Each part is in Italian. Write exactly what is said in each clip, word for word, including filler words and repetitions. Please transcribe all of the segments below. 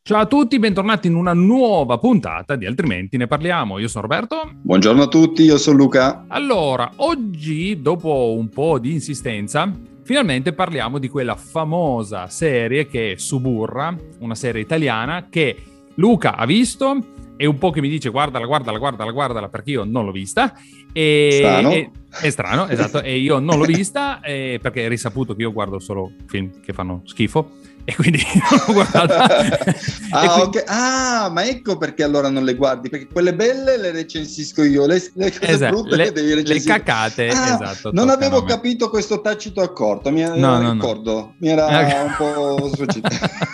Ciao a tutti, bentornati in una nuova puntata di Altrimenti ne parliamo. Io sono Roberto. Buongiorno a tutti, io sono Luca. Allora, oggi, dopo un po' di insistenza, finalmente parliamo di quella famosa serie che è Suburra, una serie italiana che Luca ha visto e un po' che mi dice guardala, guardala, guardala, guardala, perché io non l'ho vista. E, strano. E, è strano, esatto, e io non l'ho vista e, perché è risaputo che io guardo solo film che fanno schifo. E quindi non l'ho guardata. ah, quindi... okay. ah, ma ecco perché allora non le guardi, perché quelle belle le recensisco io, le, le cose esatto, brutte le, le devi recensire. le cacate, ah, esatto. Non avevo capito questo tacito accordo, mi era, no, no, ricordo, no. mi era un po' sfuggito.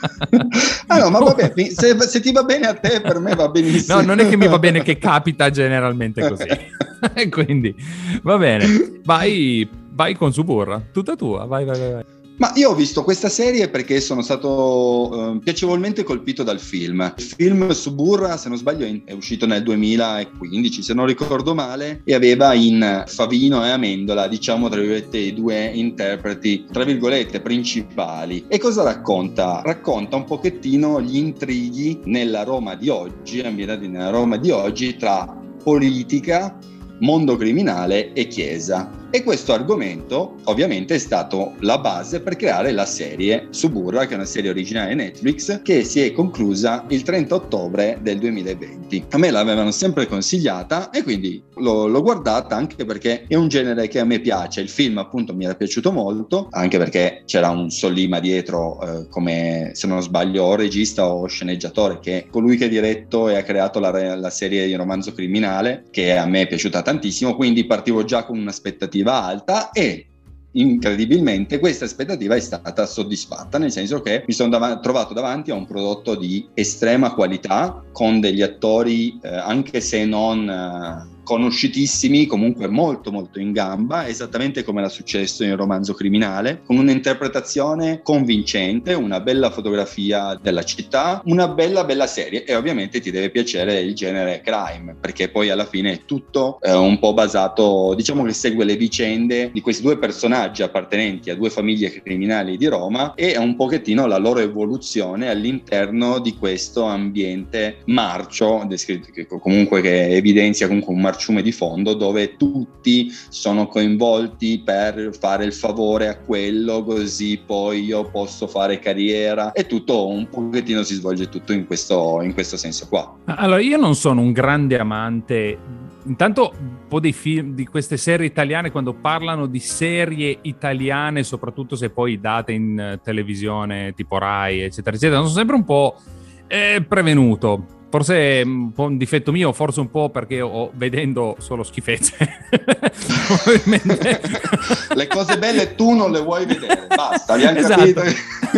ah no, ma vabbè, se, se ti va bene a te, per me va benissimo. No, non è che mi va bene, che capita generalmente così. E quindi, va bene, vai, vai con Suburra, tutta tua, vai, vai, vai. vai. Ma io ho visto questa serie perché sono stato uh, piacevolmente colpito dal film. Il film Suburra, se non sbaglio, è uscito nel duemilaquindici, se non ricordo male, e aveva in Favino e Amendola, diciamo, tra virgolette, i due interpreti, tra virgolette, principali. E cosa racconta? Racconta un pochettino gli intrighi nella Roma di oggi, ambientati nella Roma di oggi, tra politica, mondo criminale e chiesa. E questo argomento ovviamente è stato la base per creare la serie Suburra, che è una serie originale Netflix che si è conclusa il trenta ottobre del duemilaventi. A me l'avevano sempre consigliata e quindi l'ho, l'ho guardata, anche perché è un genere che a me piace. Il film appunto mi era piaciuto molto, anche perché c'era un Sollima dietro, eh, come, se non sbaglio, o regista o sceneggiatore, che è colui che ha diretto e ha creato la, la serie di Romanzo Criminale, che a me è piaciuta tantissimo, quindi partivo già con un'aspettativa alta e incredibilmente questa aspettativa è stata soddisfatta, nel senso che mi sono dav- trovato davanti a un prodotto di estrema qualità, con degli attori eh, anche se non eh, conosciutissimi, comunque molto molto in gamba, esattamente come era successo in Romanzo Criminale, con un'interpretazione convincente, una bella fotografia della città, una bella bella serie. E ovviamente ti deve piacere il genere crime, perché poi alla fine è tutto eh, un po' basato, diciamo che segue le vicende di questi due personaggi appartenenti a due famiglie criminali di Roma e un pochettino la loro evoluzione all'interno di questo ambiente marcio, descritto, che comunque che evidenzia comunque un marciume di fondo, dove tutti sono coinvolti per fare il favore a quello, così poi io posso fare carriera, e tutto un pochettino si svolge tutto in questo, in questo senso qua. Allora, io non sono un grande amante, intanto un po' dei film, di queste serie italiane, quando parlano di serie italiane, soprattutto se poi date in televisione tipo Rai eccetera eccetera, sono sempre un po' eh, prevenuto. Forse è un po' un difetto mio, forse un po' perché ho, vedendo solo schifezze. Probabilmente. Le cose belle tu non le vuoi vedere, basta, abbiamo esatto. capito.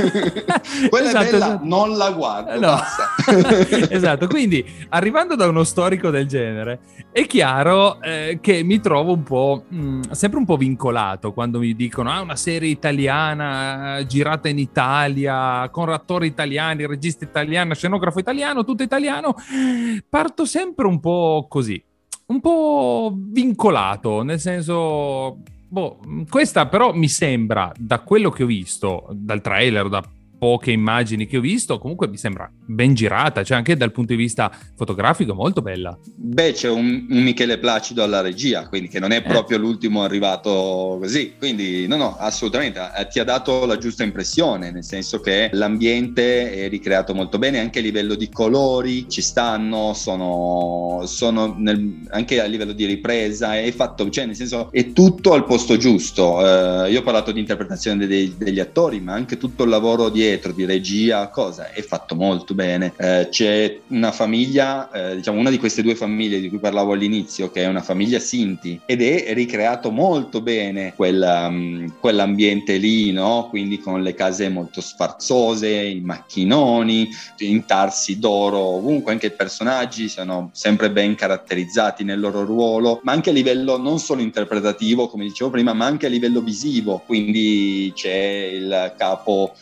Quella esatto, è bella, esatto. non la guardo, no. basta. Esatto, quindi arrivando da uno storico del genere, è chiaro eh, che mi trovo un po' mh, sempre un po' vincolato quando mi dicono ah, una serie italiana girata in Italia, con attori italiani, regista italiano, scenografo italiano, tutto italiano. Parto sempre un po' così, un po' vincolato, nel senso, boh, questa però mi sembra, da quello che ho visto, dal trailer, da poche immagini che ho visto, comunque mi sembra ben girata, cioè anche dal punto di vista fotografico molto bella. Beh, c'è un, un Michele Placido alla regia, quindi che non è proprio eh. l'ultimo arrivato così, quindi no no, assolutamente ti ha dato la giusta impressione, nel senso che l'ambiente è ricreato molto bene, anche a livello di colori ci stanno, sono, sono nel, anche a livello di ripresa è fatto, cioè nel senso è tutto al posto giusto. Eh, io ho parlato di interpretazione dei, degli attori, ma anche tutto il lavoro dietro, di regia, cosa, è fatto molto bene. Eh, c'è una famiglia, eh, diciamo una di queste due famiglie di cui parlavo all'inizio, che è una famiglia Sinti, ed è ricreato molto bene quel, um, quell'ambiente lì, no? Quindi con le case molto sfarzose, i macchinoni, intarsi d'oro ovunque, anche i personaggi sono sempre ben caratterizzati nel loro ruolo, ma anche a livello non solo interpretativo, come dicevo prima, ma anche a livello visivo. Quindi c'è il capo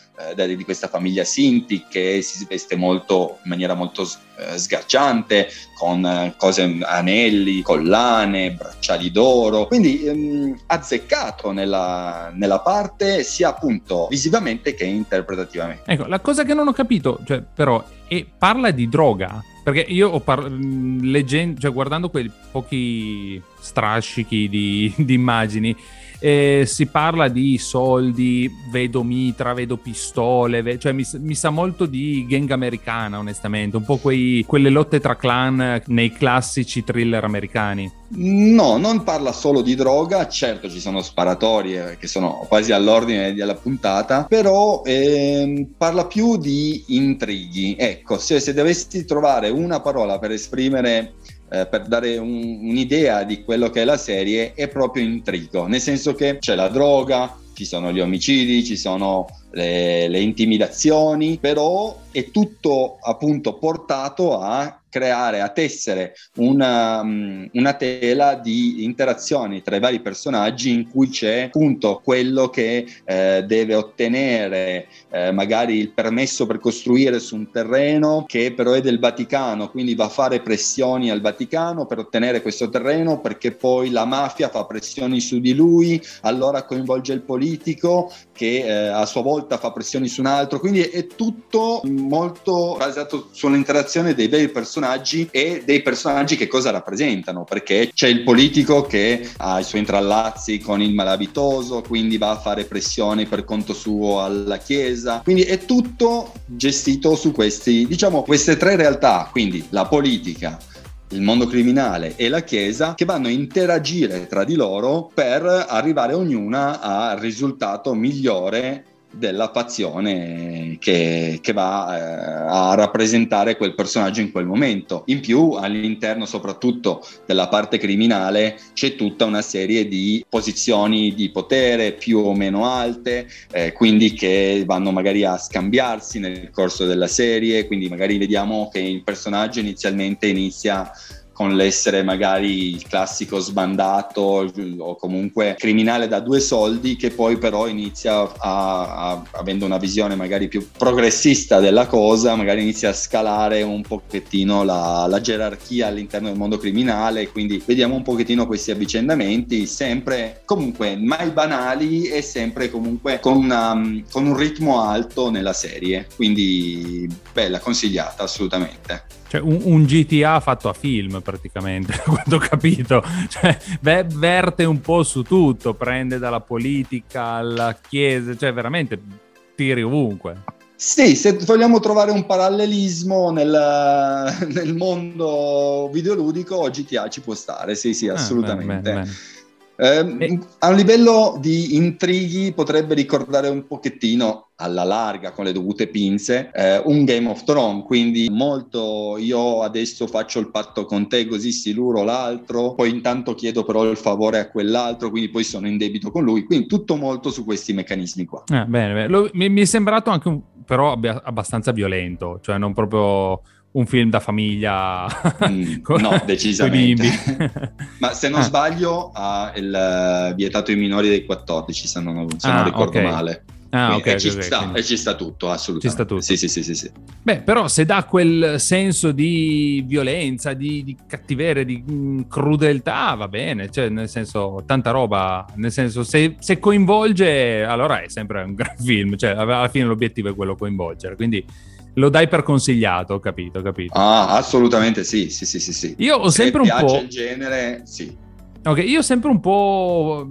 di questa famiglia Sinti che si veste molto in maniera molto eh, sgargiante, con eh, cose, anelli, collane, bracciali d'oro, quindi ehm, azzeccato nella, nella parte sia appunto visivamente che interpretativamente. Ecco, la cosa che non ho capito, cioè, però, è parla di droga, perché io ho par- leggendo, cioè guardando quei pochi strascichi di, di immagini, eh, si parla di soldi, vedo mitra, vedo pistole, ve- cioè mi, mi sa molto di gang americana, onestamente, un po' quei, quelle lotte tra clan nei classici thriller americani. No, non parla solo di droga, certo ci sono sparatorie che sono quasi all'ordine della puntata, però ehm, parla più di intrighi. Ecco, se, se dovessi trovare una parola per esprimere, eh, per dare un, un'idea di quello che è la serie, è proprio intrigo, nel senso che c'è la droga, ci sono gli omicidi, ci sono le, le intimidazioni, però è tutto appunto portato a creare, a tessere una, una tela di interazioni tra i vari personaggi in cui c'è appunto quello che eh, deve ottenere eh, magari il permesso per costruire su un terreno che però è del Vaticano, quindi va a fare pressioni al Vaticano per ottenere questo terreno, perché poi la mafia fa pressioni su di lui, allora coinvolge il politico che eh, a sua volta fa pressioni su un altro, quindi è tutto molto basato sull'interazione dei veri personaggi e dei personaggi che cosa rappresentano, perché c'è il politico che ha i suoi intrallazzi con il malavitoso, quindi va a fare pressioni per conto suo alla chiesa, quindi è tutto gestito su questi, diciamo, queste tre realtà, quindi la politica, il mondo criminale e la chiesa, che vanno a interagire tra di loro per arrivare ognuna al risultato migliore della fazione che, che va eh, a rappresentare quel personaggio in quel momento. In più, all'interno soprattutto della parte criminale c'è tutta una serie di posizioni di potere più o meno alte, eh, quindi che vanno magari a scambiarsi nel corso della serie, quindi magari vediamo che il personaggio inizialmente inizia con l'essere magari il classico sbandato o comunque criminale da due soldi, che poi però inizia a, a, avendo una visione magari più progressista della cosa, magari inizia a scalare un pochettino la, la gerarchia all'interno del mondo criminale, quindi vediamo un pochettino questi avvicendamenti, sempre comunque mai banali e sempre comunque con, una, con un ritmo alto nella serie, quindi bella, consigliata assolutamente. Cioè un, un G T A fatto a film praticamente, da quanto ho capito, cioè v- verte un po' su tutto, prende dalla politica alla chiesa, cioè veramente tiri ovunque. Sì, se vogliamo trovare un parallelismo nel, nel mondo videoludico, G T A ci può stare, sì sì, assolutamente. Ah, bene, bene, bene. Eh, e... A un livello di intrighi potrebbe ricordare un pochettino, alla larga con le dovute pinze, eh, un Game of Thrones, quindi molto io adesso faccio il patto con te così siluro l'altro, poi intanto chiedo però il favore a quell'altro, quindi poi sono in debito con lui, quindi tutto molto su questi meccanismi qua. Ah, bene, bene. Lo, mi, mi è sembrato anche un, però abbia, abbastanza violento, cioè non proprio un film da famiglia. Mm, con, no, decisamente. Ma se non ah. sbaglio ha il vietato ai minori dei quattordici, se non, se ah, non ricordo okay. male. Ah, ok, e, ci okay, sta, quindi... e ci sta tutto, assolutamente. Ci sta tutto. Sì, sì, sì, sì, sì. Beh, però se dà quel senso di violenza, di, di cattiveria, di mh, crudeltà, va bene, cioè nel senso, tanta roba, nel senso, se, se coinvolge, allora è sempre un gran film, cioè alla fine l'obiettivo è quello coinvolgere, quindi lo dai per consigliato, ho capito, ho capito. Ah, assolutamente sì, sì, sì, sì, sì. Io ho se sempre un po'... piace il genere, sì. Ok, io ho sempre un po'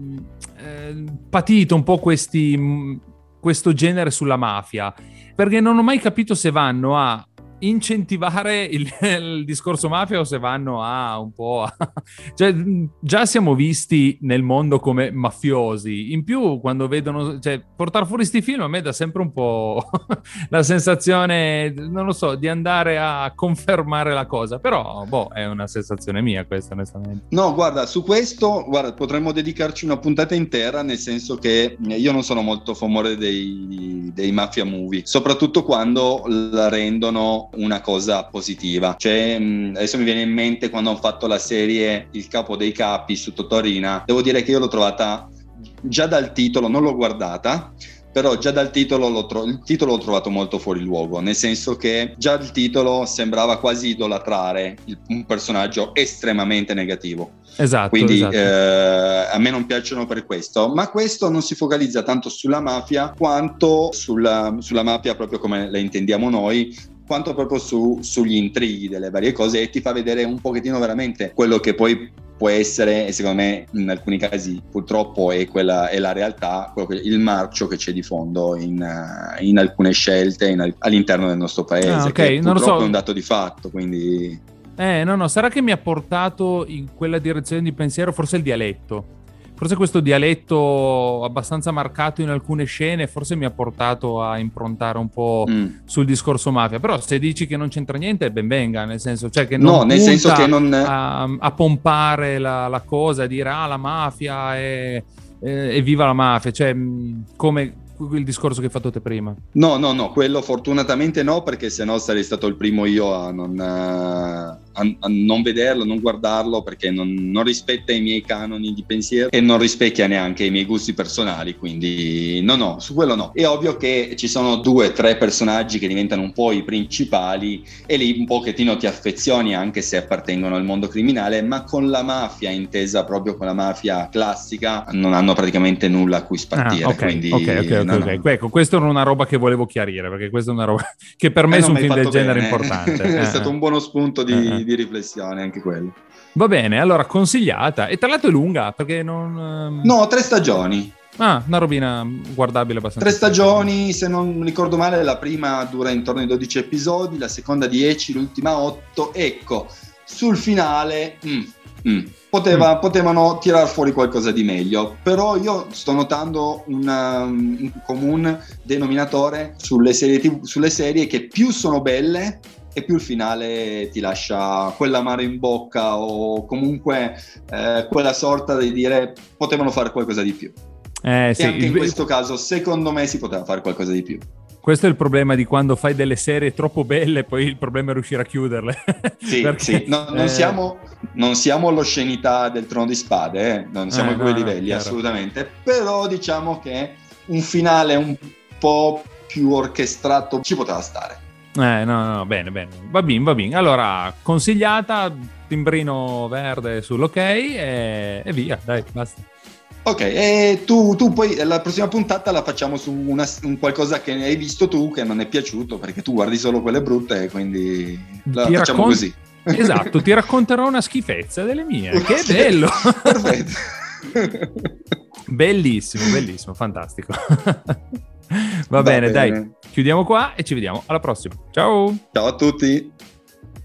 eh, patito un po' questi... questo genere sulla mafia, perché non ho mai capito se vanno a incentivare il, il discorso mafia o se vanno a un po' a... cioè già siamo visti nel mondo come mafiosi, in più quando vedono, cioè portare fuori sti film a me dà sempre un po' la sensazione, non lo so, di andare a confermare la cosa, però boh, è una sensazione mia questa onestamente. No, guarda, su questo guarda, potremmo dedicarci una puntata intera, nel senso che io non sono molto famore dei, dei mafia movie, soprattutto quando la rendono una cosa positiva. Cioè, adesso mi viene in mente quando hanno fatto la serie Il capo dei capi su Totorina, devo dire che io l'ho trovata, già dal titolo non l'ho guardata, però già dal titolo l'ho, tro- il titolo l'ho trovato molto fuori luogo, nel senso che già il titolo sembrava quasi idolatrare il, un personaggio estremamente negativo. Esatto, quindi esatto. Eh, a me non piacciono per questo, ma questo non si focalizza tanto sulla mafia quanto sulla, sulla mafia proprio come la intendiamo noi, quanto proprio su, sugli intrighi delle varie cose, e ti fa vedere un pochettino veramente quello che poi può essere, e secondo me in alcuni casi purtroppo è, quella, è la realtà, quello che, il marcio che c'è di fondo in, uh, in alcune scelte in, all'interno del nostro paese, ah, okay. che non purtroppo lo so. è un dato di fatto, quindi... Eh, no, no, sarà che mi ha portato in quella direzione di pensiero forse il dialetto. Forse questo dialetto abbastanza marcato in alcune scene forse mi ha portato a improntare un po' mm. sul discorso mafia. Però se dici che non c'entra niente, ben venga, nel senso, cioè che non no, nel senso che non... a, a pompare la, la cosa, a dire ah la mafia è, è, è viva la mafia, cioè come il discorso che hai fatto te prima. No, no, no, quello fortunatamente no, perché sennò sarei stato il primo io a non, a, a non vederlo, non guardarlo, perché non, non rispetta i miei canoni di pensiero e non rispecchia neanche i miei gusti personali, quindi no, no, su quello no. È ovvio che ci sono due, tre personaggi che diventano un po' i principali e lì un pochettino ti affezioni anche se appartengono al mondo criminale, ma con la mafia, intesa proprio con la mafia classica, non hanno praticamente nulla a cui spartire. Ah, ok, quindi, ok, ok, ok. no, okay. no. Ecco, questa era una roba che volevo chiarire, perché questa è una roba che per me eh, su un film del bene. genere è importante. È eh, stato eh. un buono spunto di, eh, eh. di riflessione anche quello. Va bene, allora consigliata, e tra l'altro è lunga perché non... No, tre stagioni. Ah, una robina guardabile abbastanza. Tre stagioni, se non ricordo male, la prima dura intorno ai dodici episodi, la seconda dieci, l'ultima otto. Ecco, sul finale mm, mm, poteva, mm. potevano tirar fuori qualcosa di meglio, però io sto notando una, un comune denominatore sulle serie tivù, sulle serie che più sono belle e più il finale ti lascia quell'amaro in bocca, o comunque eh, quella sorta di dire potevano fare qualcosa di più. Eh, sì, e anche il... in questo caso secondo me si poteva fare qualcosa di più. Questo è il problema di quando fai delle serie troppo belle, poi il problema è riuscire a chiuderle. Sì, Perché, sì. No, non, eh... siamo, non siamo all'oscenità del Trono di Spade, eh? Non siamo eh, a quei no, livelli, no, assolutamente, però diciamo che un finale un po' più orchestrato ci poteva stare. Eh, no, no, bene, bene. Va bene, va bene. Allora, consigliata, timbrino verde sull'ok e, e via, dai, basta. Ok, e tu, tu poi la prossima puntata la facciamo su una, un qualcosa che hai visto tu che non è piaciuto, perché tu guardi solo quelle brutte, quindi la ti facciamo raccon- così. Esatto, ti racconterò una schifezza delle mie, che bello! Perfetto. Bellissimo, bellissimo, fantastico. Va, Va bene, bene, dai, chiudiamo qua e ci vediamo alla prossima. Ciao! Ciao a tutti!